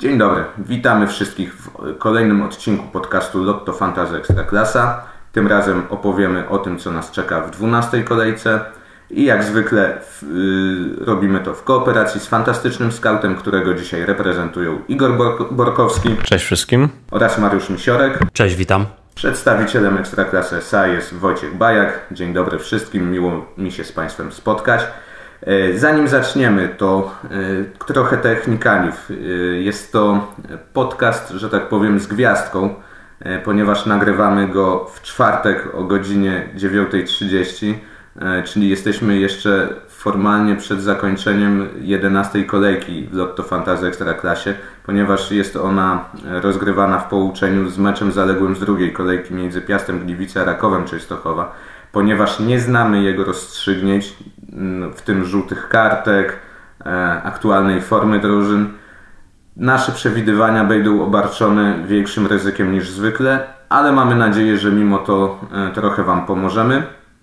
Dzień dobry, witamy wszystkich w kolejnym odcinku podcastu Lotto Fantasy Ekstraklasa. Tym razem opowiemy o tym, co nas czeka w 12. kolejce i jak zwykle robimy to w kooperacji z fantastycznym skautem, którego dzisiaj reprezentują Igor Borkowski. Cześć wszystkim. Oraz Mariusz Misiorek. Cześć, witam. Przedstawicielem Ekstraklasy SA jest Wojciech Bajak. Dzień dobry wszystkim, miło mi się z Państwem spotkać. Zanim zaczniemy, to trochę technikaliów. Jest to podcast, że tak powiem, z gwiazdką, ponieważ nagrywamy go w czwartek o godzinie 9:30, czyli jesteśmy jeszcze formalnie przed zakończeniem 11. kolejki w Lotto Fantasy Ekstraklasie, ponieważ jest ona rozgrywana w połączeniu z meczem zaległym z drugiej kolejki między Piastem Gliwice a Rakowem Częstochowa. Ponieważ nie znamy jego rozstrzygnięć, w tym żółtych kartek, aktualnej formy drużyn, nasze przewidywania będą obarczone większym ryzykiem niż zwykle, ale mamy nadzieję, że mimo to trochę Wam pomożemy.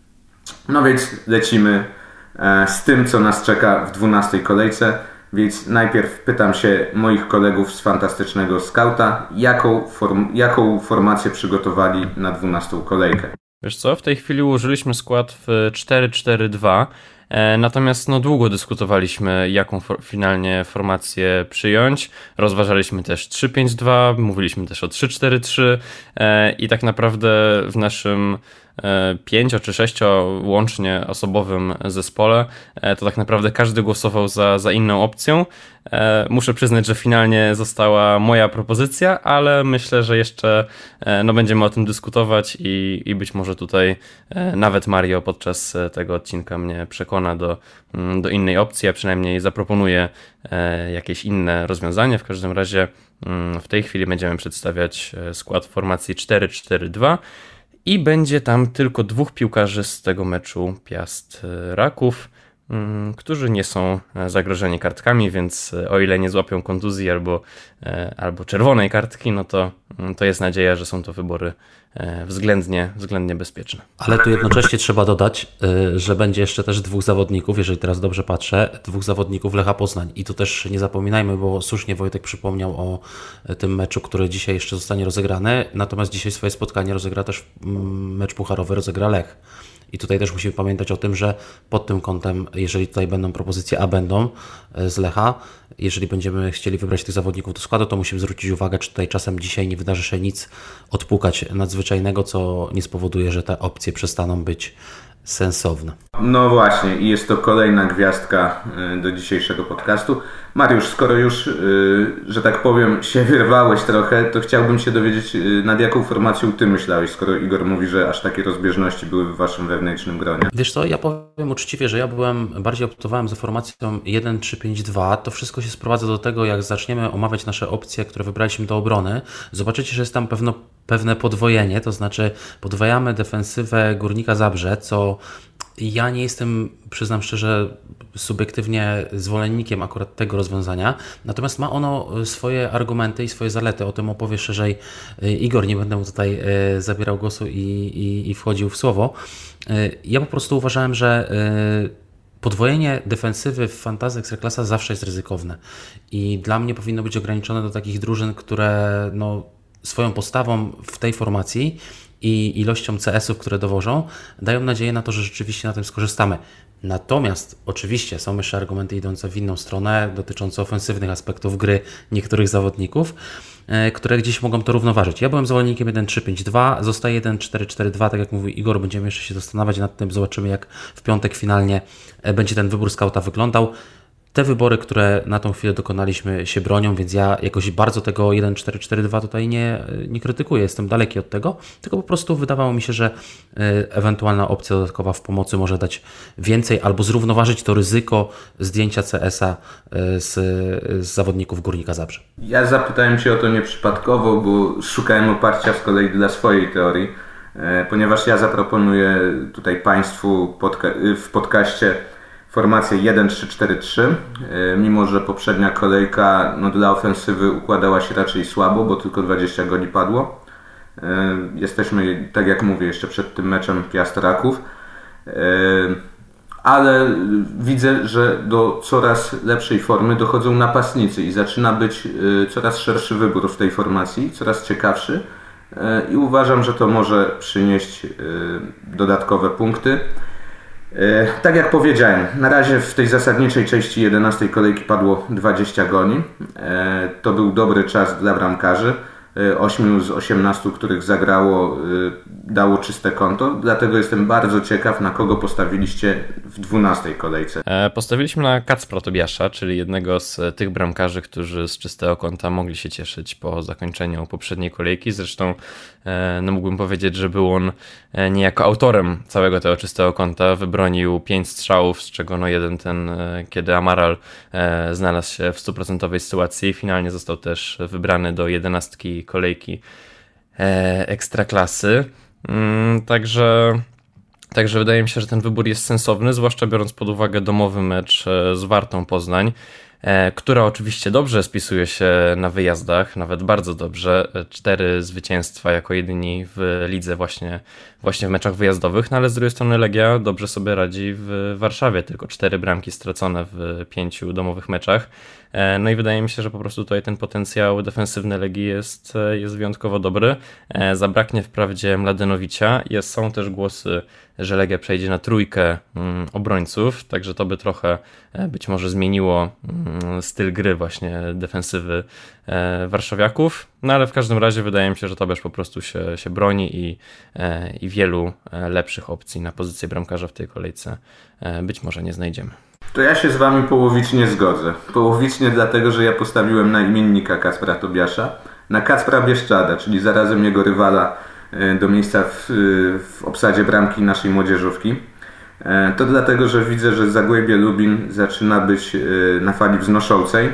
No więc lecimy z tym, co nas czeka w 12. kolejce. Więc najpierw pytam się moich kolegów z fantastycznego skauta, jaką formację przygotowali na 12. kolejkę. Wiesz co, w tej chwili ułożyliśmy skład w 4-4-2, natomiast długo dyskutowaliśmy, jaką finalnie formację przyjąć. Rozważaliśmy też 3-5-2, mówiliśmy też o 3-4-3 i tak naprawdę w naszym 5 czy 6 łącznie osobowym zespole, to tak naprawdę każdy głosował za inną opcją. Muszę przyznać, że finalnie została moja propozycja, ale myślę, że jeszcze będziemy o tym dyskutować i być może tutaj nawet Mario podczas tego odcinka mnie przekona do innej opcji, a przynajmniej zaproponuje jakieś inne rozwiązanie. W każdym razie w tej chwili będziemy przedstawiać skład formacji 4-4-2. I będzie tam tylko 2 piłkarzy z tego meczu Piast-Raków, którzy nie są zagrożeni kartkami, więc o ile nie złapią kontuzji albo czerwonej kartki, to jest nadzieja, że są to wybory względnie bezpieczne. Ale tu jednocześnie trzeba dodać, że będzie jeszcze też 2 zawodników, jeżeli teraz dobrze patrzę, 2 zawodników Lecha Poznań. I tu też nie zapominajmy, bo słusznie Wojtek przypomniał o tym meczu, który dzisiaj jeszcze zostanie rozegrany, natomiast dzisiaj swoje spotkanie rozegra też mecz pucharowy, rozegra Lech. I tutaj też musimy pamiętać o tym, że pod tym kątem, jeżeli tutaj będą propozycje, a będą z Lecha, jeżeli będziemy chcieli wybrać tych zawodników do składu, to musimy zwrócić uwagę, czy tutaj czasem dzisiaj nie wydarzy się nic odpukać nadzwyczajnego, co nie spowoduje, że te opcje przestaną być sensowne. No właśnie, i jest to kolejna gwiazdka do dzisiejszego podcastu. Mariusz, skoro już, że tak powiem, się wyrwałeś trochę, to chciałbym się dowiedzieć, nad jaką formacją ty myślałeś, skoro Igor mówi, że aż takie rozbieżności były w waszym wewnętrznym gronie. Wiesz co, ja powiem uczciwie, że ja bardziej optowałem za formacją 1-3-5-2. To wszystko się sprowadza do tego, jak zaczniemy omawiać nasze opcje, które wybraliśmy do obrony. Zobaczycie, że jest tam pewne podwojenie, to znaczy podwajamy defensywę Górnika Zabrze, co ja nie jestem, przyznam szczerze, subiektywnie zwolennikiem akurat tego rozwiązania, natomiast ma ono swoje argumenty i swoje zalety. O tym opowie szerzej Igor, nie będę mu tutaj zabierał głosu i wchodził w słowo. Ja po prostu uważałem, że podwojenie defensywy w Fantasy Ekstraklasa zawsze jest ryzykowne i dla mnie powinno być ograniczone do takich drużyn, które swoją postawą w tej formacji i ilością CS-ów, które dowożą, dają nadzieję na to, że rzeczywiście na tym skorzystamy. Natomiast oczywiście są jeszcze argumenty idące w inną stronę, dotyczące ofensywnych aspektów gry niektórych zawodników, które gdzieś mogą to równoważyć. Ja byłem zwolennikiem 1-3-5-2, zostaje 1-4-4-2, tak jak mówił Igor, będziemy jeszcze się zastanawiać nad tym, zobaczymy jak w piątek finalnie będzie ten wybór skauta wyglądał. Te wybory, które na tą chwilę dokonaliśmy, się bronią, więc ja jakoś bardzo tego 1-4-4-2 tutaj nie krytykuję, jestem daleki od tego, tylko po prostu wydawało mi się, że ewentualna opcja dodatkowa w pomocy może dać więcej albo zrównoważyć to ryzyko zdjęcia CS-a z zawodników Górnika Zabrze. Ja zapytałem Cię o to nieprzypadkowo, bo szukałem oparcia z kolei dla swojej teorii, ponieważ ja zaproponuję tutaj Państwu w podcaście formację 1-3-4-3, mimo że poprzednia kolejka dla ofensywy układała się raczej słabo, bo tylko 20 goli padło. Jesteśmy, tak jak mówię, jeszcze przed tym meczem Piast-Raków. ale widzę, że do coraz lepszej formy dochodzą napastnicy i zaczyna być coraz szerszy wybór w tej formacji, coraz ciekawszy i uważam, że to może przynieść dodatkowe punkty. Tak jak powiedziałem, na razie w tej zasadniczej części 11 kolejki padło 20 goli. To był dobry czas dla bramkarzy. 8 z 18, których zagrało, dało czyste konto. Dlatego jestem bardzo ciekaw, na kogo postawiliście w 12 kolejce. Postawiliśmy na Kacpra Tobiasza, czyli jednego z tych bramkarzy, którzy z czystego konta mogli się cieszyć po zakończeniu poprzedniej kolejki. Zresztą mógłbym powiedzieć, że był on niejako autorem całego tego czystego konta. Wybronił 5 strzałów, z czego jeden ten, kiedy Amaral znalazł się w 100% sytuacji. Finalnie został też wybrany do 11 kolejki Ekstraklasy. Także wydaje mi się, że ten wybór jest sensowny, zwłaszcza biorąc pod uwagę domowy mecz z Wartą Poznań, która oczywiście dobrze spisuje się na wyjazdach, nawet bardzo dobrze. 4 zwycięstwa jako jedyni w lidze właśnie w meczach wyjazdowych, no ale z drugiej strony Legia dobrze sobie radzi w Warszawie, tylko 4 bramki stracone w 5 domowych meczach. No i wydaje mi się, że po prostu tutaj ten potencjał defensywny Legii jest wyjątkowo dobry. Zabraknie wprawdzie Mladenowicza. Są też głosy, że Legia przejdzie na 3 obrońców, także to by trochę być może zmieniło styl gry właśnie defensywy warszawiaków. No ale w każdym razie wydaje mi się, że Tobiasz po prostu się broni i wielu lepszych opcji na pozycję bramkarza w tej kolejce być może nie znajdziemy. To ja się z wami połowicznie zgodzę. Połowicznie dlatego, że ja postawiłem na imiennika Kacpra Tobiasza, na Kacpra Bieszczada, czyli zarazem jego rywala do miejsca w obsadzie bramki naszej młodzieżówki. To dlatego, że widzę, że Zagłębie Lubin zaczyna być na fali wznoszącej.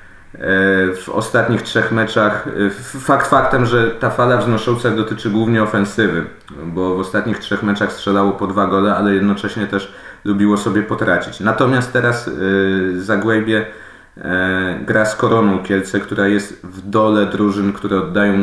W ostatnich 3 meczach, fakt faktem, że ta fala wznosząca dotyczy głównie ofensywy, bo w ostatnich 3 meczach strzelało po 2 gole, ale jednocześnie też lubiło sobie potracić. Natomiast teraz Zagłębie gra z Koroną Kielce, która jest w dole drużyn, które oddają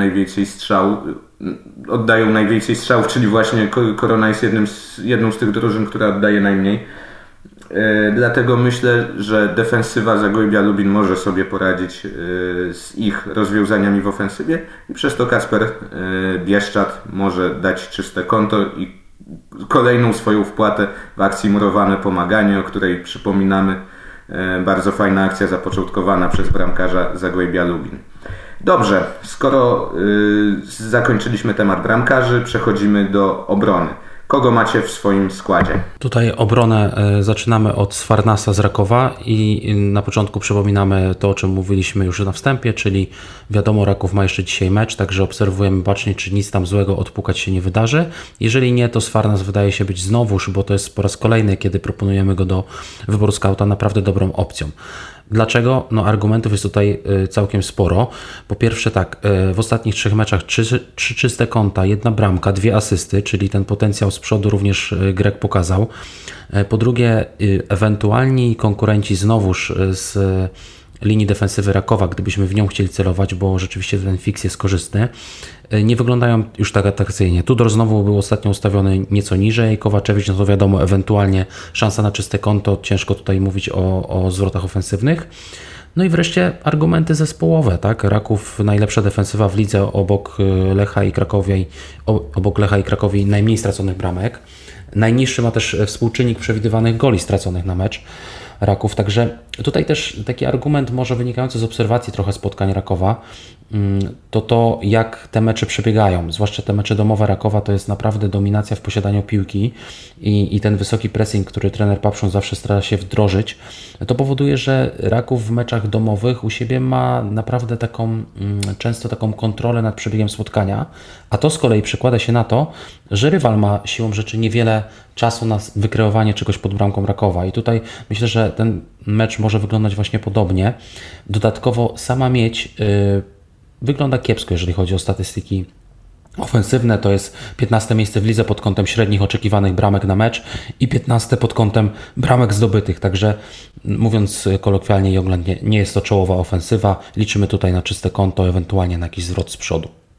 najwięcej strzałów, czyli właśnie Korona jest jedną z tych drużyn, która oddaje najmniej. Dlatego myślę, że defensywa Zagłębia Lubin może sobie poradzić z ich rozwiązaniami w ofensywie i przez to Kacper Bieszczad może dać czyste konto i kolejną swoją wpłatę w akcji Murowane Pomaganie, o której przypominamy, bardzo fajna akcja zapoczątkowana przez bramkarza Zagłębia Lubin. Dobrze, skoro zakończyliśmy temat bramkarzy, przechodzimy do obrony. Kogo macie w swoim składzie? Tutaj obronę zaczynamy od Sfarnasa z Rakowa i na początku przypominamy to, o czym mówiliśmy już na wstępie, czyli wiadomo, Raków ma jeszcze dzisiaj mecz, także obserwujemy bacznie, czy nic tam złego odpukać się nie wydarzy. Jeżeli nie, to Sfarnas wydaje się być znowuż, bo to jest po raz kolejny, kiedy proponujemy go do wyboru skauta, naprawdę dobrą opcją. Dlaczego? No argumentów jest tutaj całkiem sporo. Po pierwsze tak, w ostatnich 3 meczach 3 czyste konta, 1 bramka, 2 asysty, czyli ten potencjał z przodu również Grek pokazał. Po drugie, ewentualni konkurenci znowuż z linii defensywy Rakowa, gdybyśmy w nią chcieli celować, bo rzeczywiście ten fix jest korzystny, nie wyglądają już tak atrakcyjnie. Tudor znowu był ostatnio ustawiony nieco niżej, Kowaczewicz, no to wiadomo, ewentualnie szansa na czyste konto, ciężko tutaj mówić o zwrotach ofensywnych. No i wreszcie argumenty zespołowe, tak? Raków najlepsza defensywa w lidze obok Lecha i Krakowi najmniej straconych bramek. Najniższy ma też współczynnik przewidywanych goli straconych na mecz Raków, także tutaj też taki argument może wynikający z obserwacji trochę spotkań Rakowa, to jak te mecze przebiegają, zwłaszcza te mecze domowe Rakowa, to jest naprawdę dominacja w posiadaniu piłki i ten wysoki pressing, który trener Papszun zawsze stara się wdrożyć, to powoduje, że Raków w meczach domowych u siebie ma naprawdę często taką kontrolę nad przebiegiem spotkania, a to z kolei przekłada się na to, że rywal ma siłą rzeczy niewiele czasu na wykreowanie czegoś pod bramką Rakowa i tutaj myślę, że ten mecz może wyglądać właśnie podobnie. Dodatkowo sama Miedź wygląda kiepsko, jeżeli chodzi o statystyki ofensywne. To jest 15 miejsce w lidze pod kątem średnich oczekiwanych bramek na mecz i 15 pod kątem bramek zdobytych. Także mówiąc kolokwialnie i oględnie, nie jest to czołowa ofensywa. Liczymy tutaj na czyste konto, ewentualnie na jakiś zwrot z przodu.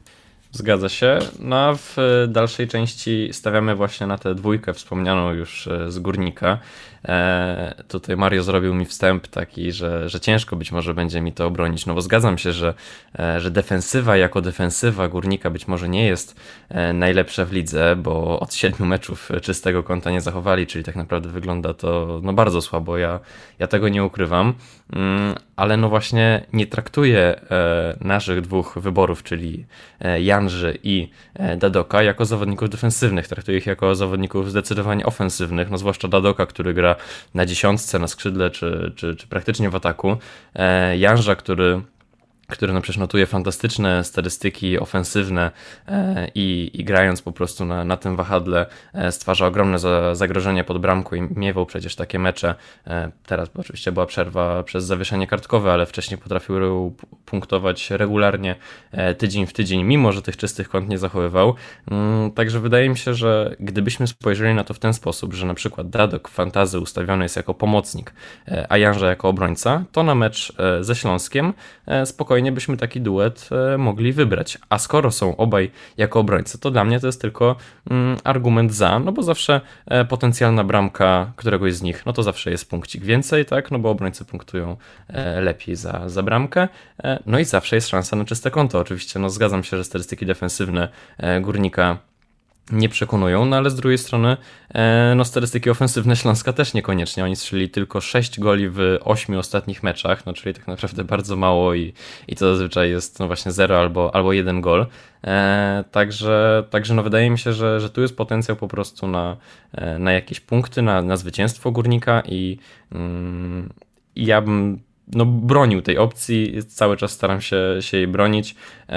Zgadza się. No a w dalszej części stawiamy właśnie na tę dwójkę wspomnianą już z Górnika. Tutaj Mario zrobił mi wstęp taki, że ciężko być może będzie mi to obronić, no bo zgadzam się, że defensywa jako defensywa Górnika być może nie jest najlepsza w lidze, bo od 7 meczów czystego konta nie zachowali, czyli tak naprawdę wygląda to no bardzo słabo, ja tego nie ukrywam, ale no właśnie nie traktuję naszych dwóch wyborów, czyli Janży i Dadoka jako zawodników defensywnych, traktuję ich jako zawodników zdecydowanie ofensywnych, no zwłaszcza Dadoka, który gra na dziesiątce, na skrzydle czy praktycznie w ataku. Janża, który no przecież notuje fantastyczne statystyki ofensywne i grając po prostu na tym wahadle stwarza ogromne zagrożenie pod bramką i miewał przecież takie mecze. Teraz oczywiście była przerwa przez zawieszenie kartkowe, ale wcześniej potrafił punktować regularnie tydzień w tydzień, mimo że tych czystych kąt nie zachowywał. Także wydaje mi się, że gdybyśmy spojrzeli na to w ten sposób, że na przykład Dadok w fantasy ustawiony jest jako pomocnik, a Janża jako obrońca, to na mecz ze Śląskiem spokojnie byśmy taki duet mogli wybrać. A skoro są obaj jako obrońcy, to dla mnie to jest tylko argument za, no bo zawsze potencjalna bramka któregoś z nich, no to zawsze jest punkcik więcej, tak, no bo obrońcy punktują lepiej za bramkę, no i zawsze jest szansa na czyste konto. Oczywiście, no zgadzam się, że statystyki defensywne Górnika nie przekonują, no ale z drugiej strony no statystyki ofensywne Śląska też niekoniecznie. Oni strzelili tylko 6 goli w 8 ostatnich meczach, no czyli tak naprawdę bardzo mało i to zazwyczaj jest no właśnie 0 albo 1 gol. Także no wydaje mi się, że tu jest potencjał po prostu na jakieś punkty, na zwycięstwo Górnika i ja bym no bronił tej opcji, cały czas staram się jej bronić.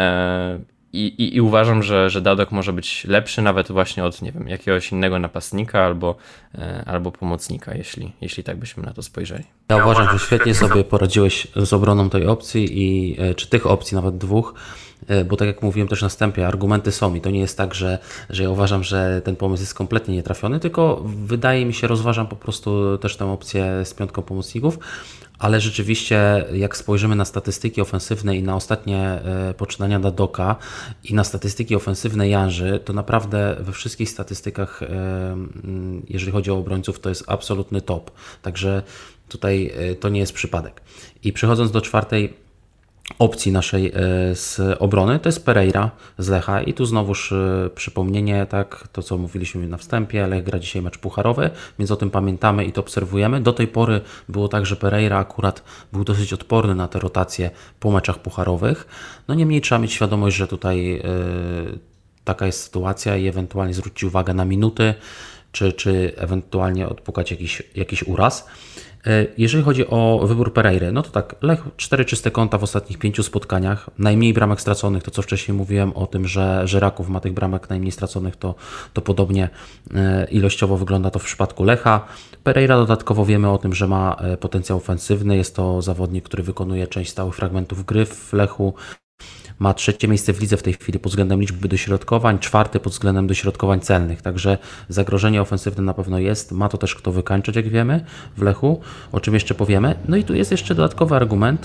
I uważam, że Dadok może być lepszy nawet właśnie od, nie wiem, jakiegoś innego napastnika albo pomocnika, jeśli tak byśmy na to spojrzeli. Ja uważam, że świetnie sobie poradziłeś z obroną tej opcji czy tych opcji, nawet dwóch, bo tak jak mówiłem też na wstępie, argumenty są i to nie jest tak, że ja uważam, że ten pomysł jest kompletnie nietrafiony, tylko wydaje mi się, rozważam po prostu też tę opcję z 5 pomocników, ale rzeczywiście jak spojrzymy na statystyki ofensywne i na ostatnie poczynania Dadoka i na statystyki ofensywne Janży, to naprawdę we wszystkich statystykach, jeżeli chodzi o obrońców, to jest absolutny top. Także tutaj to nie jest przypadek. I przechodząc do czwartej opcji naszej z obrony, to jest Pereira z Lecha i tu znowuż przypomnienie, tak, to co mówiliśmy na wstępie, Lech gra dzisiaj mecz pucharowy, więc o tym pamiętamy i to obserwujemy. Do tej pory było tak, że Pereira akurat był dosyć odporny na te rotacje po meczach pucharowych. No niemniej trzeba mieć świadomość, że tutaj taka jest sytuacja i ewentualnie zwrócić uwagę na minuty, czy ewentualnie odpukać jakiś uraz. Jeżeli chodzi o wybór Pereiry, no to tak, Lech 4 czyste konta w ostatnich 5 spotkaniach, najmniej bramek straconych, to co wcześniej mówiłem o tym, że Raków ma tych bramek najmniej straconych, to podobnie ilościowo wygląda to w przypadku Lecha. Pereira dodatkowo wiemy o tym, że ma potencjał ofensywny, jest to zawodnik, który wykonuje część stałych fragmentów gry w Lechu, ma 3. miejsce w lidze w tej chwili pod względem liczby dośrodkowań, 4. pod względem dośrodkowań celnych, także zagrożenie ofensywne na pewno jest, ma to też kto wykańczać, jak wiemy, w Lechu, o czym jeszcze powiemy. No i tu jest jeszcze dodatkowy argument,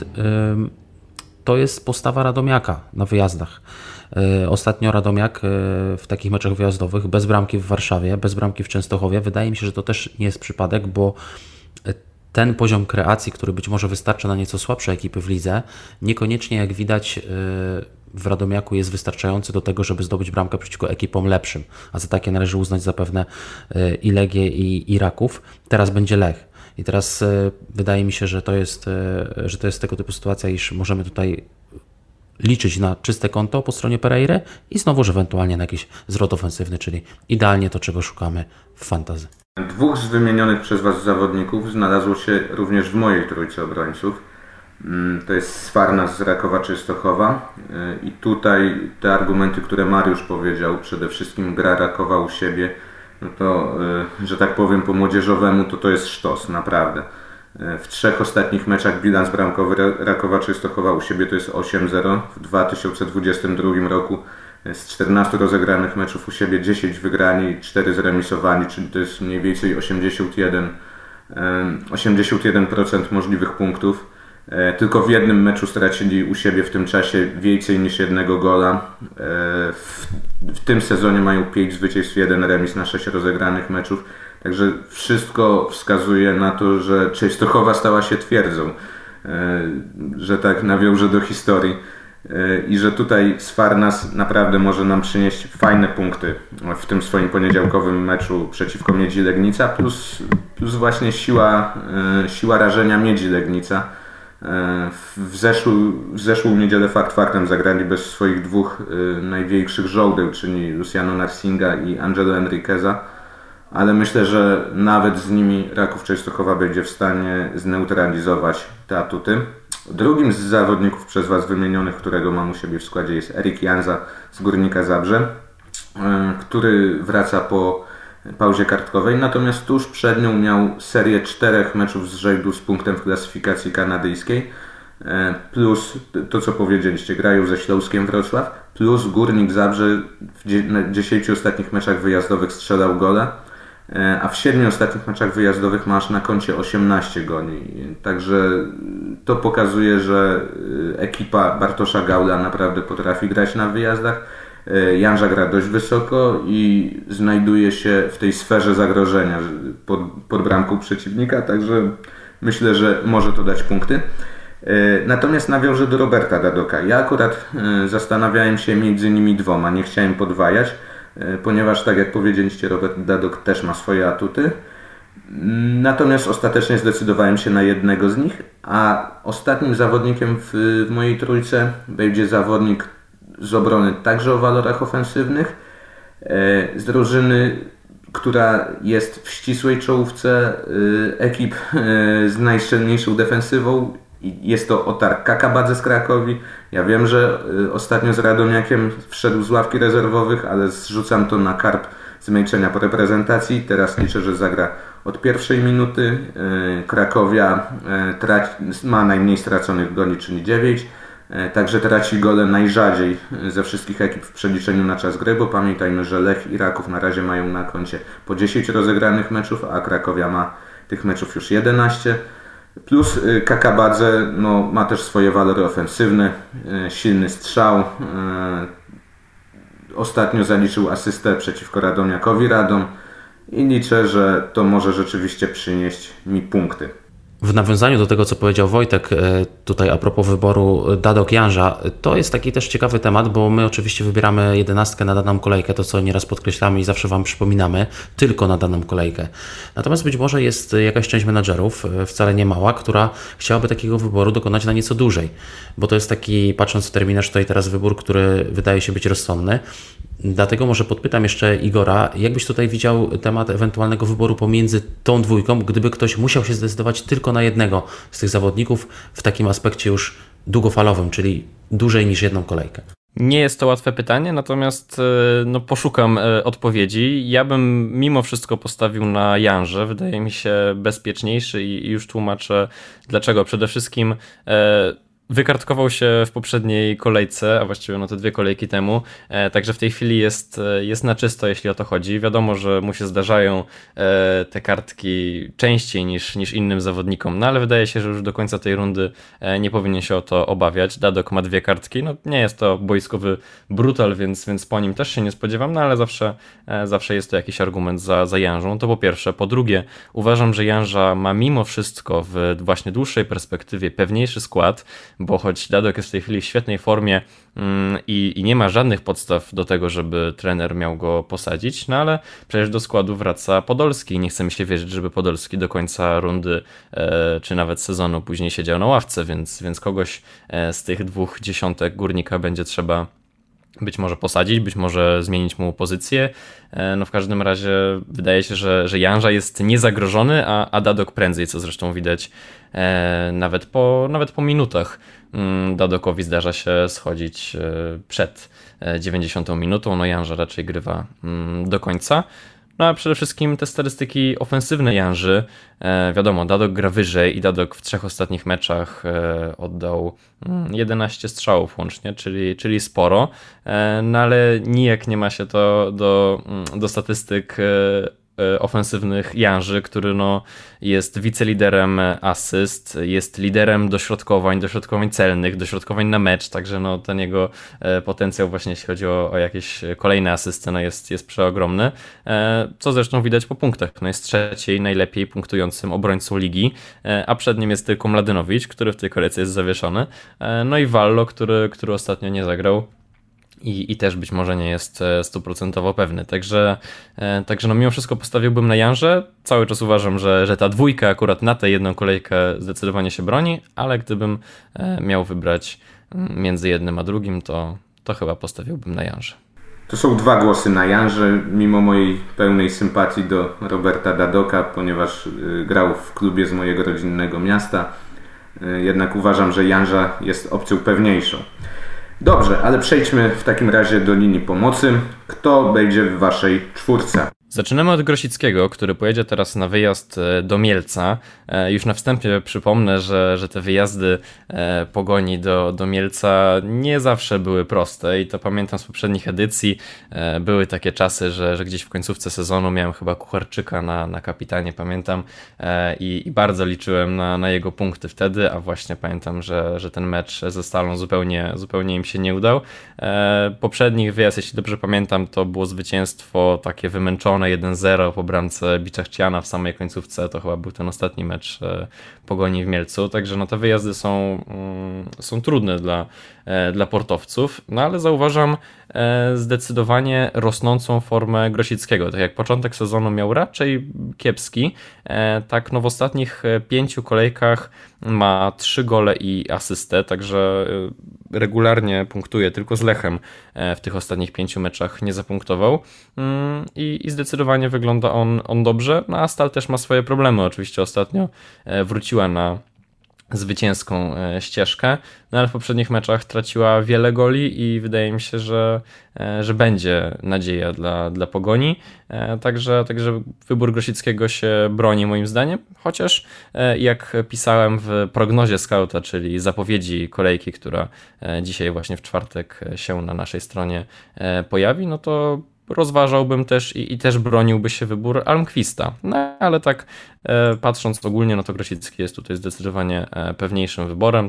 to jest postawa Radomiaka na wyjazdach. Ostatnio Radomiak w takich meczach wyjazdowych, bez bramki w Warszawie, bez bramki w Częstochowie, wydaje mi się, że to też nie jest przypadek, bo ten poziom kreacji, który być może wystarcza na nieco słabsze ekipy w lidze, niekoniecznie jak widać w Radomiaku jest wystarczający do tego, żeby zdobyć bramkę przeciwko ekipom lepszym, a za takie należy uznać zapewne i Legię i Raków. Teraz będzie Lech. I teraz wydaje mi się, że to jest tego typu sytuacja, iż możemy tutaj liczyć na czyste konto po stronie Pereiry i znowuż ewentualnie na jakiś zwrot ofensywny, czyli idealnie to, czego szukamy w fantasy. 2 z wymienionych przez Was zawodników znalazło się również w mojej trójce obrońców. To jest Sfarnas z Rakowa Częstochowa i tutaj te argumenty, które Mariusz powiedział, przede wszystkim gra Rakowa u siebie, no to, że tak powiem po młodzieżowemu, to jest sztos, naprawdę. W 3 ostatnich meczach bilans bramkowy Rakowa Częstochowa u siebie to jest 8-0. W 2022 roku z 14 rozegranych meczów u siebie 10 wygrani i 4 zremisowani, czyli to jest mniej więcej 81% możliwych punktów. Tylko w jednym meczu stracili u siebie w tym czasie więcej niż jednego gola. W tym sezonie mają 5 zwycięstw, 1 remis na 6 rozegranych meczów. Także wszystko wskazuje na to, że Częstochowa stała się twierdzą, że tak nawiążę do historii. I że tutaj Sfarnas naprawdę może nam przynieść fajne punkty w tym swoim poniedziałkowym meczu przeciwko Miedzi Legnica, plus właśnie siła rażenia Miedzi Legnica. W zeszłą niedzielę fakt faktem zagrali bez swoich dwóch największych żołdeł, czyli Luciano Narsinga i Angelo Enriqueza, ale myślę, że nawet z nimi Raków Częstochowa będzie w stanie zneutralizować te atuty. Drugim z zawodników przez Was wymienionych, którego mam u siebie w składzie, jest Erik Janza z Górnika Zabrze, który wraca po pauzie kartkowej, natomiast tuż przed nią miał serię 4 meczów z rzędu z punktem w klasyfikacji kanadyjskiej, plus to, co powiedzieliście, grają ze Śląskiem Wrocław, plus Górnik Zabrze w 10 ostatnich meczach wyjazdowych strzelał gole, a w 7 ostatnich meczach wyjazdowych masz na koncie 18 goli. Także to pokazuje, że ekipa Bartosza Gaula naprawdę potrafi grać na wyjazdach. Janża gra dość wysoko i znajduje się w tej sferze zagrożenia pod bramką przeciwnika, także myślę, że może to dać punkty. Natomiast nawiążę do Roberta Dadoka. Ja akurat zastanawiałem się między nimi dwoma, nie chciałem podwajać, ponieważ tak jak powiedzieliście, Robert Dadok też ma swoje atuty. Natomiast ostatecznie zdecydowałem się na jednego z nich, a ostatnim zawodnikiem w mojej trójce będzie zawodnik z obrony także o walorach ofensywnych, z drużyny, która jest w ścisłej czołówce ekip z najszczelniejszą defensywą. Jest to Otar Kakabadze z Krakowi. Ja wiem, że ostatnio z Radomiakiem wszedł z ławki rezerwowych, ale zrzucam to na karb zmęczenia po reprezentacji. Teraz liczę, że zagra od pierwszej minuty. Krakowia ma najmniej straconych goli, czyli 9. Także traci gole najrzadziej ze wszystkich ekip w przeliczeniu na czas gry, bo pamiętajmy, że Lech i Raków na razie mają na koncie po 10 rozegranych meczów, a Krakowia ma tych meczów już 11. Plus Kakabadze ma też swoje walory ofensywne, silny strzał. Ostatnio zaliczył asystę przeciwko Radomiakowi Radom i liczę, że to może rzeczywiście przynieść mi punkty. W nawiązaniu do tego, co powiedział Wojtek tutaj a propos wyboru Dadok-Janża, to jest taki też ciekawy temat, bo my oczywiście wybieramy 11 na daną kolejkę, to co nieraz podkreślamy i zawsze Wam przypominamy, tylko na daną kolejkę. Natomiast być może jest jakaś część menadżerów, wcale nie mała, która chciałaby takiego wyboru dokonać na nieco dłużej, bo to jest taki, patrząc w terminarz tutaj teraz, wybór, który wydaje się być rozsądny. Dlatego może podpytam jeszcze Igora, jakbyś tutaj widział temat ewentualnego wyboru pomiędzy tą dwójką, gdyby ktoś musiał się zdecydować tylko na jednego z tych zawodników w takim aspekcie już długofalowym, czyli dłużej niż jedną kolejkę. Nie jest to łatwe pytanie, natomiast poszukam odpowiedzi. Ja bym mimo wszystko postawił na Janżę. Wydaje mi się bezpieczniejszy i już tłumaczę dlaczego. Przede wszystkim wykartkował się w poprzedniej kolejce, a właściwie te 2 kolejki temu, także w tej chwili jest na czysto, jeśli o to chodzi. Wiadomo, że mu się zdarzają te kartki częściej niż innym zawodnikom, ale wydaje się, że już do końca tej rundy nie powinien się o to obawiać. Dadok ma 2 kartki, nie jest to boiskowy brutal, więc po nim też się nie spodziewam, ale zawsze jest to jakiś argument za Janżą, to po pierwsze. Po drugie, uważam, że Janża ma mimo wszystko w właśnie dłuższej perspektywie pewniejszy skład, bo choć Dadok jest w tej chwili w świetnej formie i nie ma żadnych podstaw do tego, żeby trener miał go posadzić, ale przecież do składu wraca Podolski i nie chce mi się wierzyć, żeby Podolski do końca rundy czy nawet sezonu później siedział na ławce, więc kogoś z tych 2 dziesiątek Górnika będzie trzeba być może posadzić, być może zmienić mu pozycję. W każdym razie wydaje się, że Janża jest niezagrożony, a Dadok prędzej, co zresztą widać nawet po minutach. Dadokowi zdarza się schodzić przed 90 minutą, Janża raczej grywa do końca. A przede wszystkim te statystyki ofensywne Janży, wiadomo, Dadok gra wyżej i Dadok w 3 ostatnich meczach oddał 11 strzałów łącznie, czyli sporo, ale nijak nie ma się to do statystyk ofensywnych Janży, który jest wiceliderem asyst, jest liderem dośrodkowań celnych, dośrodkowań na mecz, także ten jego potencjał właśnie jeśli chodzi o jakieś kolejne asysty jest przeogromny, co zresztą widać po punktach. Jest trzeciej najlepiej punktującym obrońcą ligi, a przed nim jest tylko Mladynowicz, który w tej kolejce jest zawieszony, i Wallo, który ostatnio nie zagrał. I też być może nie jest 100% pewny. Także mimo wszystko postawiłbym na Janże. Cały czas uważam, że ta dwójka akurat na tę jedną kolejkę zdecydowanie się broni, ale gdybym miał wybrać między jednym a drugim, to chyba postawiłbym na Janże. To są 2 głosy na Janże, mimo mojej pełnej sympatii do Roberta Dadoka, ponieważ grał w klubie z mojego rodzinnego miasta. Jednak uważam, że Janża jest opcją pewniejszą. Dobrze, ale przejdźmy w takim razie do linii pomocy. Kto będzie w waszej czwórce? Zaczynamy od Grosickiego, który pojedzie teraz na wyjazd do Mielca. Już na wstępie przypomnę, że te wyjazdy Pogoni do Mielca nie zawsze były proste i to pamiętam z poprzednich edycji. Były takie czasy, że gdzieś w końcówce sezonu miałem chyba Kucharczyka na kapitanie, pamiętam, i bardzo liczyłem na jego punkty wtedy, a właśnie pamiętam, że ten mecz ze Stalą zupełnie im się nie udał. Poprzednich wyjazd, jeśli dobrze pamiętam, to było zwycięstwo takie wymęczone 1-0 po bramce Biczachciana w samej końcówce. To chyba był ten ostatni mecz Pogoni w Mielcu. Także te wyjazdy są trudne dla portowców, ale zauważam zdecydowanie rosnącą formę Grosickiego. Tak jak początek sezonu miał raczej kiepski, tak w ostatnich 5 kolejkach ma 3 gole i asystę, także regularnie punktuje, tylko z Lechem w tych ostatnich 5 meczach nie zapunktował i zdecydowanie wygląda on dobrze, a Stal też ma swoje problemy. Oczywiście ostatnio wróciła na zwycięską ścieżkę, ale w poprzednich meczach traciła wiele goli i wydaje mi się, że będzie nadzieja dla Pogoni. Także wybór Grosickiego się broni moim zdaniem, chociaż jak pisałem w prognozie Scouta, czyli zapowiedzi kolejki, która dzisiaj właśnie w czwartek się na naszej stronie pojawi, to rozważałbym też i też broniłby się wybór Almqvista. Ale tak patrząc ogólnie, to Grosicki jest tutaj zdecydowanie pewniejszym wyborem,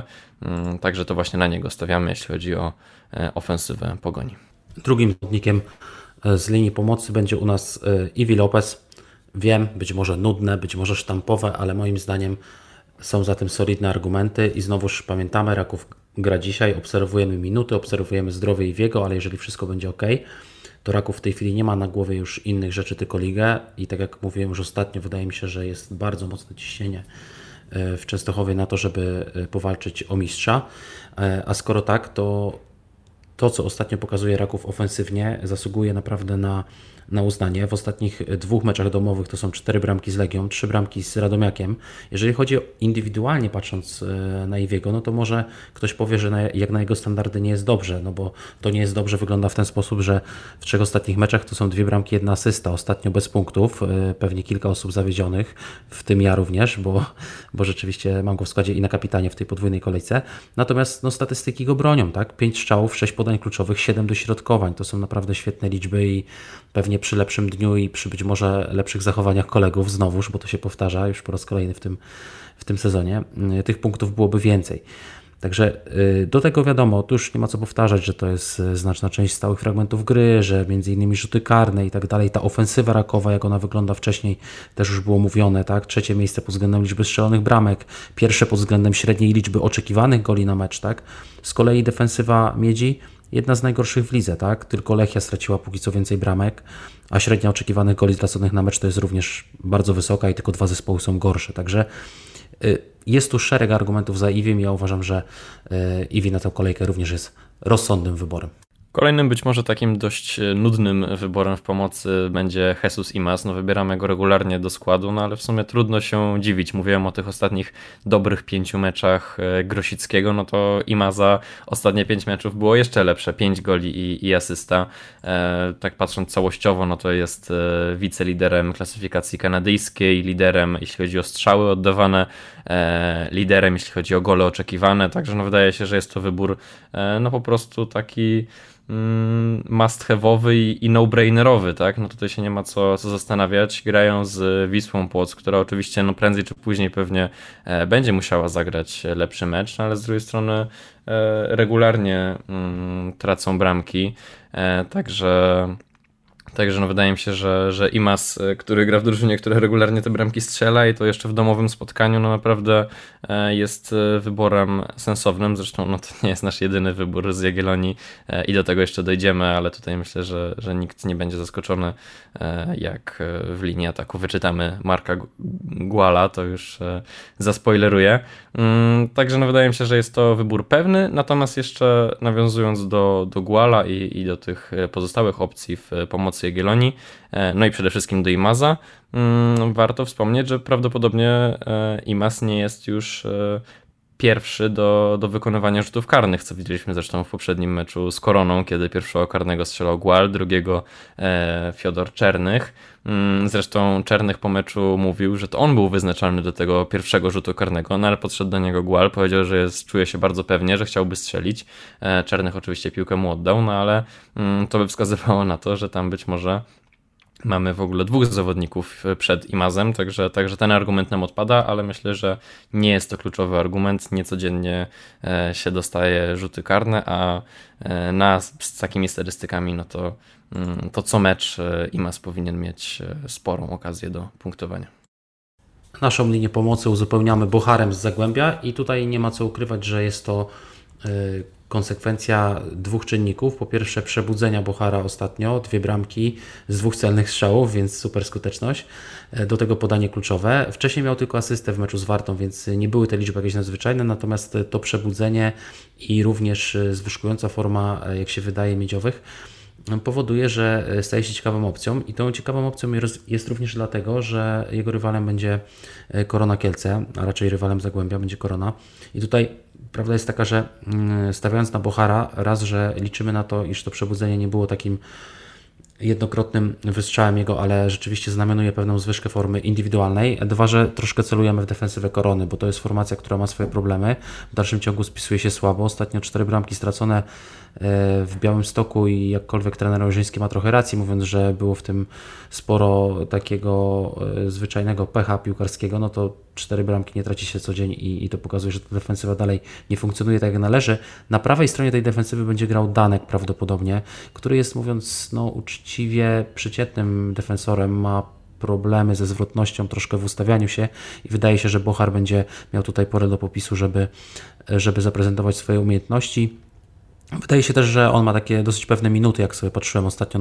także to właśnie na niego stawiamy, jeśli chodzi o ofensywę Pogoni. Drugim zawodnikiem z linii pomocy będzie u nas Iwi Lopez. Wiem, być może nudne, być może sztampowe, ale moim zdaniem są za tym solidne argumenty i znowuż pamiętamy, Raków gra dzisiaj, obserwujemy minuty, obserwujemy zdrowie Iwiego, ale jeżeli wszystko będzie ok, to Raków w tej chwili nie ma na głowie już innych rzeczy, tylko ligę i tak jak mówiłem już ostatnio, wydaje mi się, że jest bardzo mocne ciśnienie w Częstochowie na to, żeby powalczyć o mistrza, a skoro tak, to co ostatnio pokazuje Raków ofensywnie zasługuje naprawdę na uznanie. W ostatnich 2 meczach domowych to są 4 bramki z Legią, 3 bramki z Radomiakiem. Jeżeli chodzi o indywidualnie patrząc na Iwiego, to może ktoś powie, że jak na jego standardy nie jest dobrze, bo to nie jest dobrze, wygląda w ten sposób, że w 3 ostatnich meczach to są 2 bramki, 1 asysta, ostatnio bez punktów, pewnie kilka osób zawiedzionych, w tym ja również, bo rzeczywiście mam go w składzie i na kapitanie w tej podwójnej kolejce. Natomiast statystyki go bronią, tak? 5 strzałów, 6 podań kluczowych, 7 dośrodkowań, to są naprawdę świetne liczby i pewnie przy lepszym dniu i przy być może lepszych zachowaniach kolegów znowuż, bo to się powtarza już po raz kolejny w tym sezonie, tych punktów byłoby więcej. Także do tego wiadomo, tu już nie ma co powtarzać, że to jest znaczna część stałych fragmentów gry, że między innymi rzuty karne i tak dalej. Ta ofensywa Rakowa, jak ona wygląda wcześniej, też już było mówione, tak? 3. miejsce pod względem liczby strzelonych bramek, 1. pod względem średniej liczby oczekiwanych goli na mecz, tak? Z kolei defensywa Miedzi, jedna z najgorszych w lidze, tak? Tylko Lechia straciła póki co więcej bramek, a średnia oczekiwanych goli straconych na mecz to jest również bardzo wysoka i tylko 2 zespoły są gorsze. Także jest tu szereg argumentów za Iwim i ja uważam, że Iwi na tę kolejkę również jest rozsądnym wyborem. Kolejnym być może takim dość nudnym wyborem w pomocy będzie Jesus Imaz. Wybieramy go regularnie do składu, ale w sumie trudno się dziwić. Mówiłem o tych ostatnich dobrych 5 meczach Grosickiego, to Imaza ostatnie 5 meczów było jeszcze lepsze. 5 goli i asysta. Tak patrząc całościowo, to jest wiceliderem klasyfikacji kanadyjskiej, liderem jeśli chodzi o strzały oddawane, liderem jeśli chodzi o gole oczekiwane, także wydaje się, że jest to wybór po prostu taki must-have'owy i no-brainerowy, tak? No tutaj się nie ma co zastanawiać. Grają z Wisłą Płock, która oczywiście no prędzej czy później pewnie będzie musiała zagrać lepszy mecz, no ale z drugiej strony regularnie tracą bramki, także no wydaje mi się, że Imaz, który gra w drużynie, która regularnie te bramki strzela i to jeszcze w domowym spotkaniu, no naprawdę jest wyborem sensownym. Zresztą no to nie jest nasz jedyny wybór z Jagiellonii i do tego jeszcze dojdziemy, ale tutaj myślę, że nikt nie będzie zaskoczony, jak w linii ataku wyczytamy Marka Guala, to już zaspoileruję. Także no wydaje mi się, że jest to wybór pewny, natomiast jeszcze nawiązując do Guala i do tych pozostałych opcji w pomocy Jagiellonii, no i przede wszystkim do Imaza, warto wspomnieć, że prawdopodobnie Imaz nie jest już pierwszy do wykonywania rzutów karnych, co widzieliśmy zresztą w poprzednim meczu z Koroną, kiedy pierwszego karnego strzelał Gual, drugiego Fiodor Czernych. Zresztą Czernych po meczu mówił, że to on był wyznaczalny do tego pierwszego rzutu karnego, no ale podszedł do niego Gual, powiedział, że czuje się bardzo pewnie, że chciałby strzelić. Czernych oczywiście piłkę mu oddał, no ale to by wskazywało na to, że tam być może mamy w ogóle dwóch zawodników przed Imazem, także ten argument nam odpada, ale myślę, że nie jest to kluczowy argument. Niecodziennie się dostaje rzuty karne, a z takimi statystykami, no to co mecz Imaz powinien mieć sporą okazję do punktowania. Naszą linię pomocy uzupełniamy Bocharem z Zagłębia i tutaj nie ma co ukrywać, że jest to konsekwencja dwóch czynników. Po pierwsze przebudzenia Bochara ostatnio, 2 bramki z 2 celnych strzałów, więc super skuteczność. Do tego podanie kluczowe. Wcześniej miał tylko asystę w meczu z Wartą, więc nie były te liczby jakieś nadzwyczajne, natomiast to przebudzenie i również zwyżkująca forma, jak się wydaje, Miedziowych powoduje, że staje się ciekawą opcją i tą ciekawą opcją jest również dlatego, że jego rywalem będzie Korona Kielce, a raczej rywalem Zagłębia będzie Korona. I tutaj prawda jest taka, że stawiając na Bochara, raz, że liczymy na to, iż to przebudzenie nie było takim jednokrotnym wystrzałem jego, ale rzeczywiście znamionuje pewną zwyżkę formy indywidualnej. 2, że troszkę celujemy w defensywę Korony, bo to jest formacja, która ma swoje problemy. W dalszym ciągu spisuje się słabo. Ostatnio 4 bramki stracone w Białymstoku i jakkolwiek trener Ojrzyński ma trochę racji, mówiąc, że było w tym sporo takiego zwyczajnego pecha piłkarskiego, no to 4 bramki nie traci się co dzień i to pokazuje, że ta defensywa dalej nie funkcjonuje tak jak należy. Na prawej stronie tej defensywy będzie grał Danek prawdopodobnie, który jest, mówiąc uczciwie, przeciętnym defensorem, ma problemy ze zwrotnością, troszkę w ustawianiu się i wydaje się, że Bochar będzie miał tutaj porę do popisu, żeby zaprezentować swoje umiejętności. Wydaje się też, że on ma takie dosyć pewne minuty, jak sobie patrzyłem ostatnio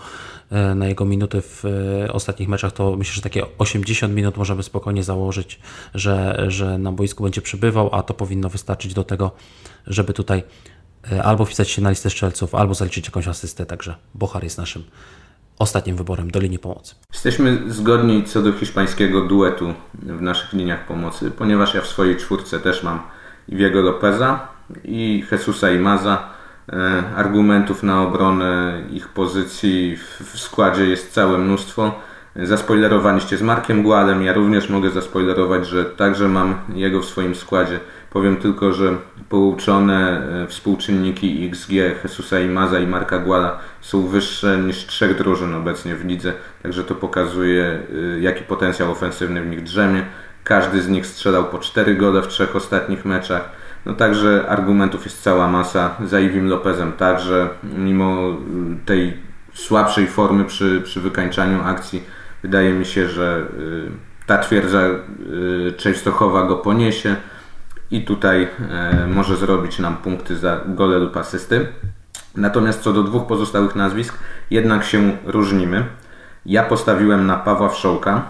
na jego minuty w ostatnich meczach, to myślę, że takie 80 minut możemy spokojnie założyć, że na boisku będzie przybywał, a to powinno wystarczyć do tego, żeby tutaj albo wpisać się na listę strzelców, albo zaliczyć jakąś asystę, także Bochar jest naszym ostatnim wyborem do linii pomocy. Jesteśmy zgodni co do hiszpańskiego duetu w naszych liniach pomocy, ponieważ ja w swojej czwórce też mam Iwiego Lopeza i Jesusa Imaza. Argumentów na obronę ich pozycji w składzie jest całe mnóstwo. Zaspoilerowaliście z Markiem Gualem, ja również mogę zaspoilerować, że także mam jego w swoim składzie. Powiem tylko, że pouczone współczynniki XG Jesusa Imaza i Marka Guala są wyższe niż 3 drużyn obecnie w lidze, także to pokazuje, jaki potencjał ofensywny w nich drzemie. Każdy z nich strzelał po 4 gole w 3 ostatnich meczach. No także argumentów jest cała masa. Za Iwim Lopezem także, mimo tej słabszej formy przy wykańczaniu akcji, wydaje mi się, że ta twierdza Częstochowa go poniesie i tutaj może zrobić nam punkty za gole lub asysty. Natomiast co do 2 pozostałych nazwisk, jednak się różnimy. Ja postawiłem na Pawła Wszołka,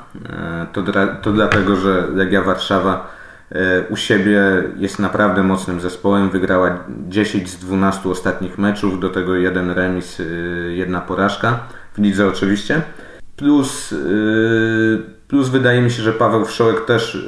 to dlatego, że Legia Warszawa u siebie jest naprawdę mocnym zespołem, wygrała 10 z 12 ostatnich meczów, do tego 1 remis, 1 porażka, w lidze oczywiście. Plus wydaje mi się, że Paweł Wszołek też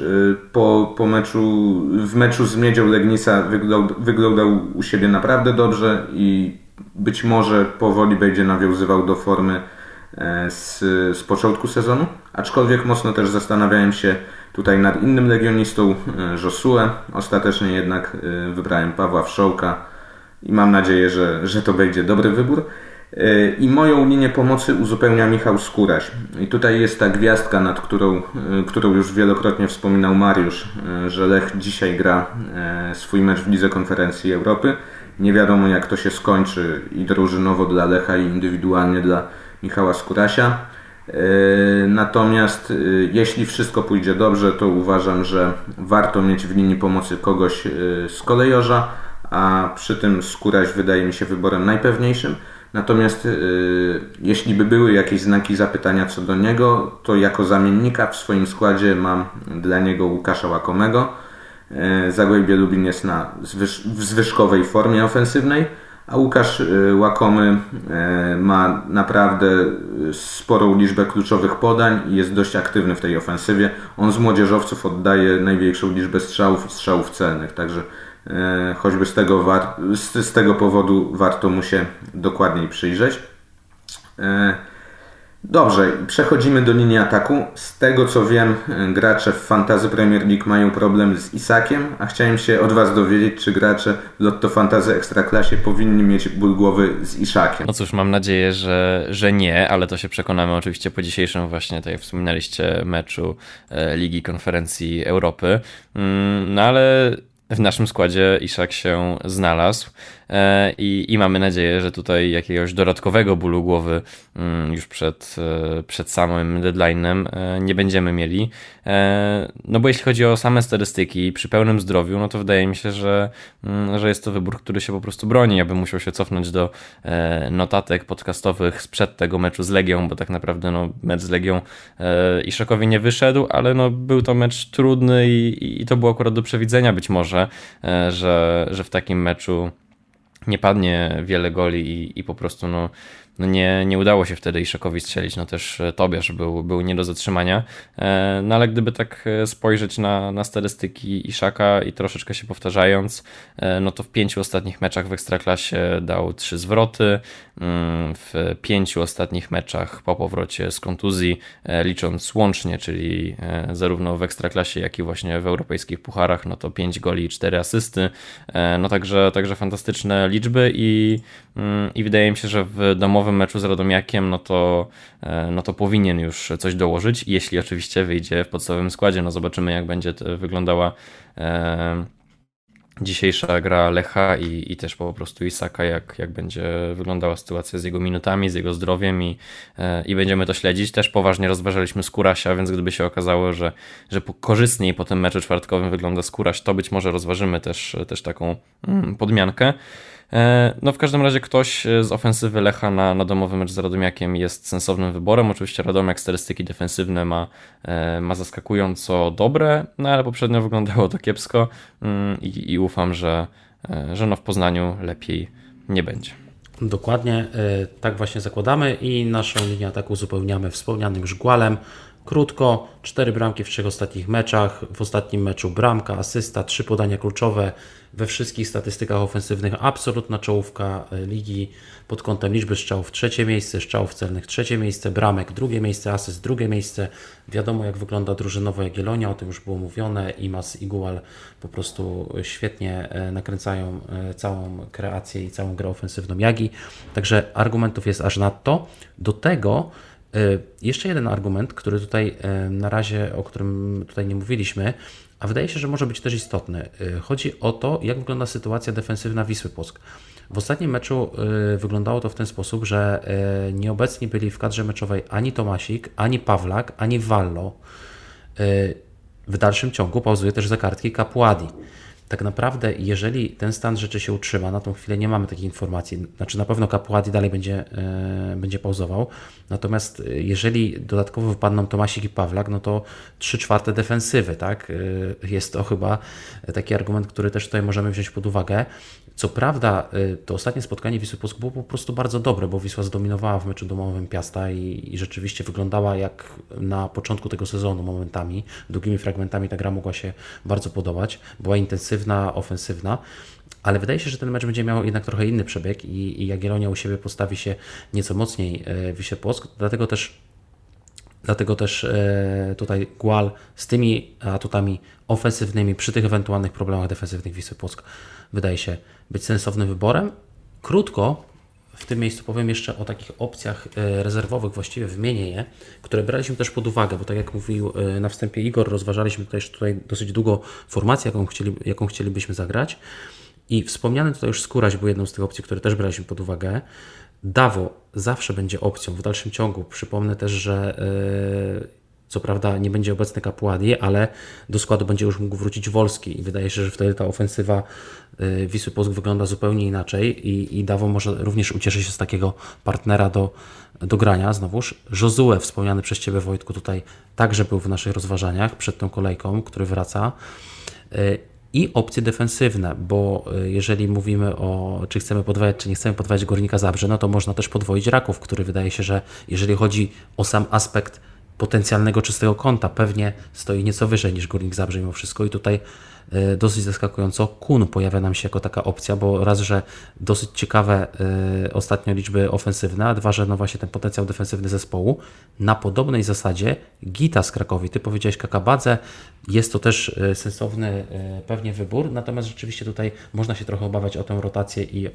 w meczu z Miedzią Legnica wyglądał u siebie naprawdę dobrze i być może powoli będzie nawiązywał do formy z początku sezonu, aczkolwiek mocno też zastanawiałem się tutaj nad innym legionistą, Josue. Ostatecznie jednak wybrałem Pawła Wszołka i mam nadzieję, że to będzie dobry wybór. I moją linię pomocy uzupełnia Michał Skóraś. I tutaj jest ta gwiazdka, nad którą już wielokrotnie wspominał Mariusz, że Lech dzisiaj gra swój mecz w Lidze Konferencji Europy. Nie wiadomo, jak to się skończy i drużynowo dla Lecha, i indywidualnie dla Michała Skórasia. Natomiast jeśli wszystko pójdzie dobrze, to uważam, że warto mieć w linii pomocy kogoś z kolejorza, a przy tym Skóraś wydaje mi się wyborem najpewniejszym. Natomiast jeśli by były jakieś znaki zapytania co do niego, to jako zamiennika w swoim składzie mam dla niego Łukasza Łakomego. Zagłębie Lubin jest w zwyżkowej formie ofensywnej, a Łukasz Łakomy ma naprawdę sporą liczbę kluczowych podań i jest dość aktywny w tej ofensywie. On z młodzieżowców oddaje największą liczbę strzałów i strzałów celnych, także choćby z tego powodu warto mu się dokładniej przyjrzeć. Dobrze, przechodzimy do linii ataku. Z tego co wiem, gracze w Fantasy Premier League mają problem z Isakiem, a chciałem się od Was dowiedzieć, czy gracze w Lotto Fantasy Ekstraklasie powinni mieć ból głowy z Isakiem. No cóż, mam nadzieję, że nie, ale to się przekonamy oczywiście po dzisiejszym właśnie, tak jak wspominaliście, meczu Ligi Konferencji Europy. No ale w naszym składzie Isak się znalazł i mamy nadzieję, że tutaj jakiegoś dodatkowego bólu głowy już przed samym deadline'em nie będziemy mieli. No bo jeśli chodzi o same statystyki przy pełnym zdrowiu, no to wydaje mi się, że jest to wybór, który się po prostu broni. Ja bym musiał się cofnąć do notatek podcastowych sprzed tego meczu z Legią, bo tak naprawdę no, mecz z Legią Isakowi nie wyszedł, ale no, był to mecz trudny i to było akurat do przewidzenia być może, że w takim meczu nie padnie wiele goli i po prostu nie udało się wtedy Isakowi strzelić. No też Tobiasz był nie do zatrzymania. No ale gdyby tak spojrzeć na statystyki Isaka i troszeczkę się powtarzając, no to w 5 ostatnich meczach w Ekstraklasie dał 3 zwroty. W 5 ostatnich meczach po powrocie z kontuzji, licząc łącznie, czyli zarówno w Ekstraklasie, jak i właśnie w europejskich pucharach, no to 5 goli i 4 asysty. No także fantastyczne liczby i wydaje mi się, że w domowym meczu z Radomiakiem no to powinien już coś dołożyć, jeśli oczywiście wyjdzie w podstawowym składzie. No zobaczymy, jak będzie wyglądała dzisiejsza gra Lecha i też po prostu Isaka, jak będzie wyglądała sytuacja z jego minutami, z jego zdrowiem i będziemy to śledzić. Też poważnie rozważaliśmy Skórasia, więc gdyby się okazało, że korzystniej po tym meczu czwartkowym wygląda Skóraś, to być może rozważymy też taką podmiankę. No w każdym razie ktoś z ofensywy Lecha na domowy mecz z Radomiakiem jest sensownym wyborem. Oczywiście Radomiak statystyki defensywne ma zaskakująco dobre, no ale poprzednio wyglądało to kiepsko i ufam, że no w Poznaniu lepiej nie będzie. Dokładnie, tak właśnie zakładamy i naszą linię ataku uzupełniamy wspomnianym już Głalem. Krótko, 4 bramki w 3 ostatnich meczach, w ostatnim meczu bramka, asysta, 3 podania kluczowe, we wszystkich statystykach ofensywnych absolutna czołówka ligi pod kątem liczby strzałów 3 miejsce, strzałów celnych 3 miejsce, bramek 2 miejsce, asyst 2 miejsce. Wiadomo, jak wygląda drużynowo Jagiellonia, o tym już było mówione. Imas i Gual po prostu świetnie nakręcają całą kreację i całą grę ofensywną Jagi, także argumentów jest aż nadto. Do tego jeszcze jeden argument, który tutaj na razie, o którym tutaj nie mówiliśmy, a wydaje się, że może być też istotny. Chodzi o to, jak wygląda sytuacja defensywna Wisły Płock. W ostatnim meczu wyglądało to w ten sposób, że nieobecni byli w kadrze meczowej ani Tomasik, ani Pawlak, ani Wallo. W dalszym ciągu pauzuje też za kartki Capuadi. Tak naprawdę, jeżeli ten stan rzeczy się utrzyma, na tą chwilę nie mamy takiej informacji, znaczy na pewno Capuadi dalej będzie pauzował, natomiast jeżeli dodatkowo wypadną Tomasik i Pawlak, no to 3/4 defensywy, tak? Jest to chyba taki argument, który też tutaj możemy wziąć pod uwagę. Co prawda, to ostatnie spotkanie Wisły Płock było po prostu bardzo dobre, bo Wisła zdominowała w meczu domowym Piasta i rzeczywiście wyglądała jak na początku tego sezonu momentami, długimi fragmentami ta gra mogła się bardzo podobać, była intensywna, ofensywna, ale wydaje się, że ten mecz będzie miał jednak trochę inny przebieg i Jagiellonia u siebie postawi się nieco mocniej Wisłę Płock, dlatego też Dlatego też tutaj Gual z tymi atutami ofensywnymi przy tych ewentualnych problemach defensywnych Wisły Płock wydaje się być sensownym wyborem. Krótko w tym miejscu powiem jeszcze o takich opcjach rezerwowych, właściwie wymienię je, które braliśmy też pod uwagę, bo tak jak mówił na wstępie Igor, rozważaliśmy też tutaj dosyć długo formację, jaką chcielibyśmy zagrać i wspomniany tutaj już Skóraś był jedną z tych opcji, które też braliśmy pod uwagę. Dawo zawsze będzie opcją w dalszym ciągu. Przypomnę też, że co prawda nie będzie obecny Capuadi, ale do składu będzie już mógł wrócić Wolski i wydaje się, że wtedy ta ofensywa Wisły Płock wygląda zupełnie inaczej i Dawo może również ucieszy się z takiego partnera do grania. Znowuż Josue, wspomniany przez Ciebie, Wojtku, tutaj także był w naszych rozważaniach przed tą kolejką, który wraca. I opcje defensywne, bo jeżeli mówimy o czy chcemy podwajać, czy nie chcemy podwajać Górnika Zabrze, no to można też podwoić Raków, który wydaje się, że jeżeli chodzi o sam aspekt potencjalnego czystego kąta, pewnie stoi nieco wyżej niż Górnik Zabrze mimo wszystko i tutaj dosyć zaskakująco Kun pojawia nam się jako taka opcja, bo raz, że dosyć ciekawe ostatnio liczby ofensywne, a dwa, że no właśnie ten potencjał defensywny zespołu. Na podobnej zasadzie Gita z Krakowi. Ty powiedziałeś Kakabadze, jest to też sensowny pewnie wybór, natomiast rzeczywiście tutaj można się trochę obawiać o tę rotację i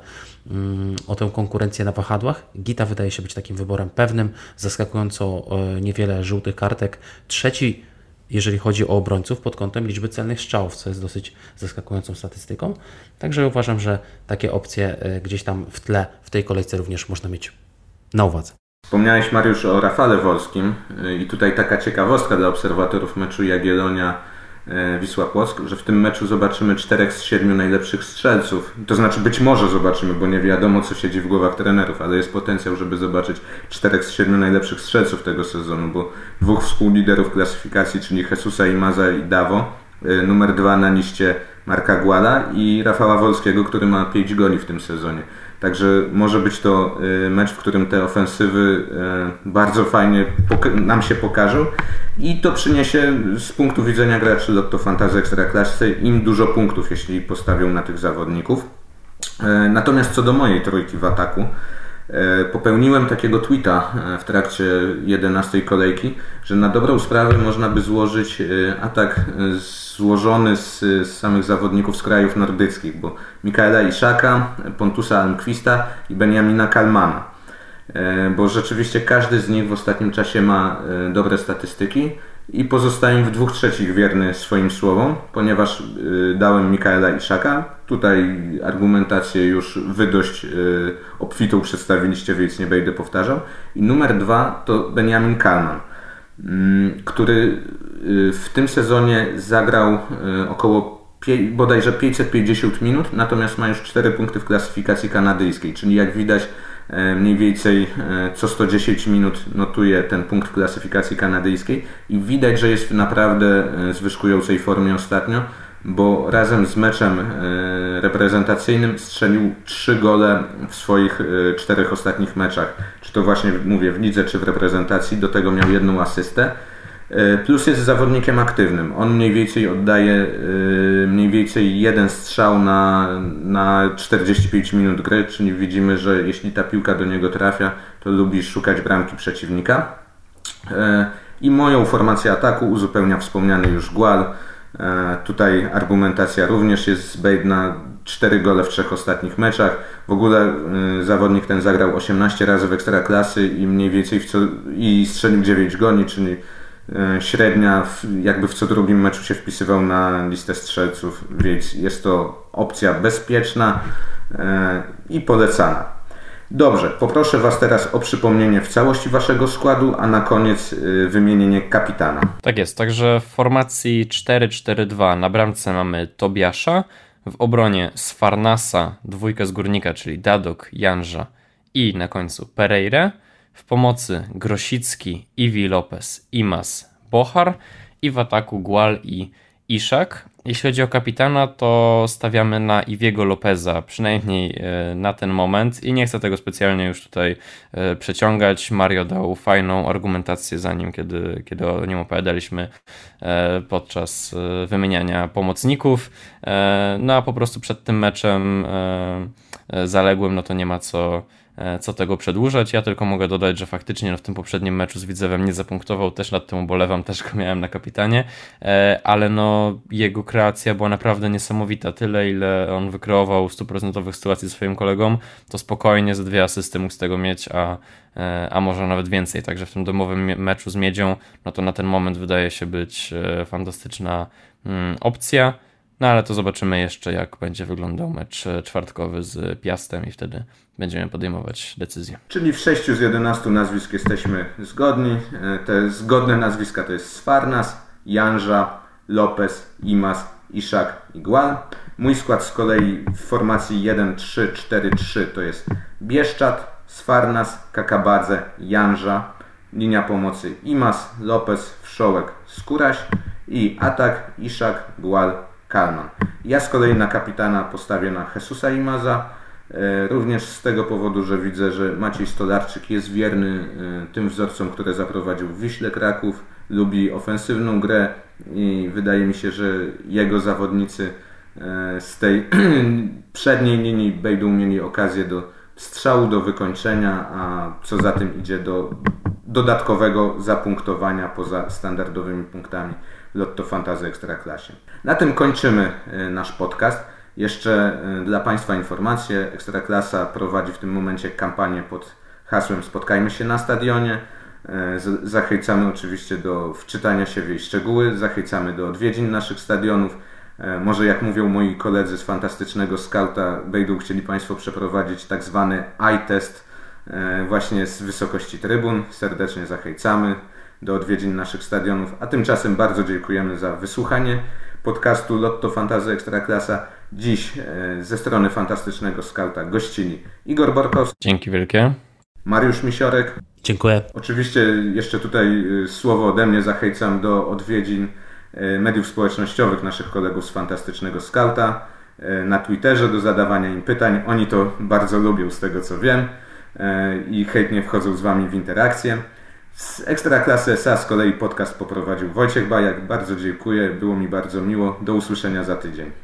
o tę konkurencję na wahadłach. Gita wydaje się być takim wyborem pewnym, zaskakująco niewiele żółtych kartek. Trzeci, jeżeli chodzi o obrońców pod kątem liczby celnych strzałów, co jest dosyć zaskakującą statystyką. Także uważam, że takie opcje gdzieś tam w tle w tej kolejce również można mieć na uwadze. Wspomniałeś, Mariusz, o Rafale Wolskim i tutaj taka ciekawostka dla obserwatorów meczu Jagiellonia-Wisła Płock, że w tym meczu zobaczymy 4 z 7 najlepszych strzelców. To znaczy być może zobaczymy, bo nie wiadomo, co siedzi w głowach trenerów, ale jest potencjał, żeby zobaczyć 4 z 7 najlepszych strzelców tego sezonu, bo 2 współliderów klasyfikacji, czyli Jesusa Imaza i Dawo, numer 2 na liście Marka Guala i Rafała Wolskiego, który ma 5 goli w tym sezonie. Także może być to mecz, w którym te ofensywy bardzo fajnie nam się pokażą i to przyniesie z punktu widzenia graczy Lotto Fantasy Ekstraklasy im dużo punktów, jeśli postawią na tych zawodników. Natomiast co do mojej trójki w ataku, popełniłem takiego tweeta w trakcie 11 kolejki, że na dobrą sprawę można by złożyć atak złożony z samych zawodników z krajów nordyckich, bo Mikaela Iszaka, Pontusa Almqvista i Benjamina Kalmana. Bo rzeczywiście każdy z nich w ostatnim czasie ma dobre statystyki i pozostaję w 2/3 wierny swoim słowom, ponieważ dałem Mikaela Iszaka. Tutaj argumentację już wy dość obfitą przedstawiliście, więc nie będę powtarzał. I numer 2 to Benjamin Kalman, który w tym sezonie zagrał około bodajże 550 minut, natomiast ma już 4 punkty w klasyfikacji kanadyjskiej, czyli jak widać mniej więcej co 110 minut notuje ten punkt w klasyfikacji kanadyjskiej i widać, że jest w naprawdę zwyżkującej formie ostatnio, bo razem z meczem reprezentacyjnym strzelił 3 gole w swoich 4 ostatnich meczach, czy to właśnie mówię w lidze, czy w reprezentacji, do tego miał 1 asystę. Plus jest zawodnikiem aktywnym. On mniej więcej oddaje mniej więcej 1 strzał na 45 minut gry, czyli widzimy, że jeśli ta piłka do niego trafia, to lubi szukać bramki przeciwnika. I moją formację ataku uzupełnia wspomniany już Gual. Tutaj argumentacja również jest zbędna. 4 gole w 3 ostatnich meczach. W ogóle zawodnik ten zagrał 18 razy w Ekstraklasy i mniej więcej i strzelił 9 goli, czyli średnia jakby w co drugim meczu się wpisywał na listę strzelców, więc jest to opcja bezpieczna i polecana. Dobrze, poproszę Was teraz o przypomnienie w całości Waszego składu, a na koniec wymienienie kapitana. Tak jest, także w formacji 4-4-2 na bramce mamy Tobiasza, w obronie Sfarnasa, 2 z Górnika, czyli Dadok, Janża i na końcu Pereira. W pomocy Grosicki, Iwi Lopez, Imaz, Bochar i w ataku Gual i Iszak. Jeśli chodzi o kapitana, to stawiamy na Iwiego Lopeza, przynajmniej na ten moment i nie chcę tego specjalnie już tutaj przeciągać. Mario dał fajną argumentację za nim, kiedy o nim opowiadaliśmy podczas wymieniania pomocników. No a po prostu przed tym meczem zaległym, no to nie ma co co tego przedłużać. Ja tylko mogę dodać, że faktycznie w tym poprzednim meczu z Widzewem nie zapunktował, też nad tym ubolewam, też go miałem na kapitanie, ale jego kreacja była naprawdę niesamowita. Tyle, ile on wykreował 100% sytuacji ze swoim kolegą, to spokojnie ze 2 asysty mógł z tego mieć, a może nawet więcej. Także w tym domowym meczu z Miedzią, to na ten moment wydaje się być fantastyczna opcja. Ale to zobaczymy jeszcze, jak będzie wyglądał mecz czwartkowy z Piastem i wtedy będziemy podejmować decyzję. Czyli w 6 z 11 nazwisk jesteśmy zgodni. Te zgodne nazwiska to jest Sfarnas, Janża, Lopez, Imaz, Iszak i Gual. Mój skład z kolei w formacji 1-3-4-3 to jest Bieszczad, Sfarnas, Kakabadze, Janża, linia pomocy Imaz, Lopez, Wszołek, Skóraś i atak Iszak, Gual, Kalman. Ja z kolei na kapitana postawię na Jesusa Imaza, również z tego powodu, że widzę, że Maciej Stolarczyk jest wierny tym wzorcom, które zaprowadził w Wiśle Kraków, lubi ofensywną grę i wydaje mi się, że jego zawodnicy z tej przedniej linii będą mieli okazję do strzału, do wykończenia, a co za tym idzie do dodatkowego zapunktowania poza standardowymi punktami Lotto Fantasy Ekstraklasie. Na tym kończymy nasz podcast. Jeszcze dla Państwa informacje, Ekstraklasa prowadzi w tym momencie kampanię pod hasłem Spotkajmy się na stadionie. Zachęcamy oczywiście do wczytania się w jej szczegóły, zachęcamy do odwiedzin naszych stadionów. Może jak mówią moi koledzy z Fantastycznego Skauta, będą chcieli Państwo przeprowadzić tak zwany eye test właśnie z wysokości trybun. Serdecznie zachęcamy do odwiedzin naszych stadionów, a tymczasem bardzo dziękujemy za wysłuchanie podcastu Lotto Fantasy Ekstraklasa. Dziś ze strony Fantastycznego Skauta gościli Igor Borkowski. Dzięki wielkie. Mariusz Misiorek. Dziękuję. Oczywiście jeszcze tutaj słowo ode mnie, zachęcam do odwiedzin mediów społecznościowych naszych kolegów z Fantastycznego Skauta na Twitterze do zadawania im pytań. Oni to bardzo lubią, z tego co wiem, i chętnie wchodzą z Wami w interakcję. Z Ekstraklasy SA z kolei podcast poprowadził Wojciech Bajak. Bardzo dziękuję, było mi bardzo miło. Do usłyszenia za tydzień.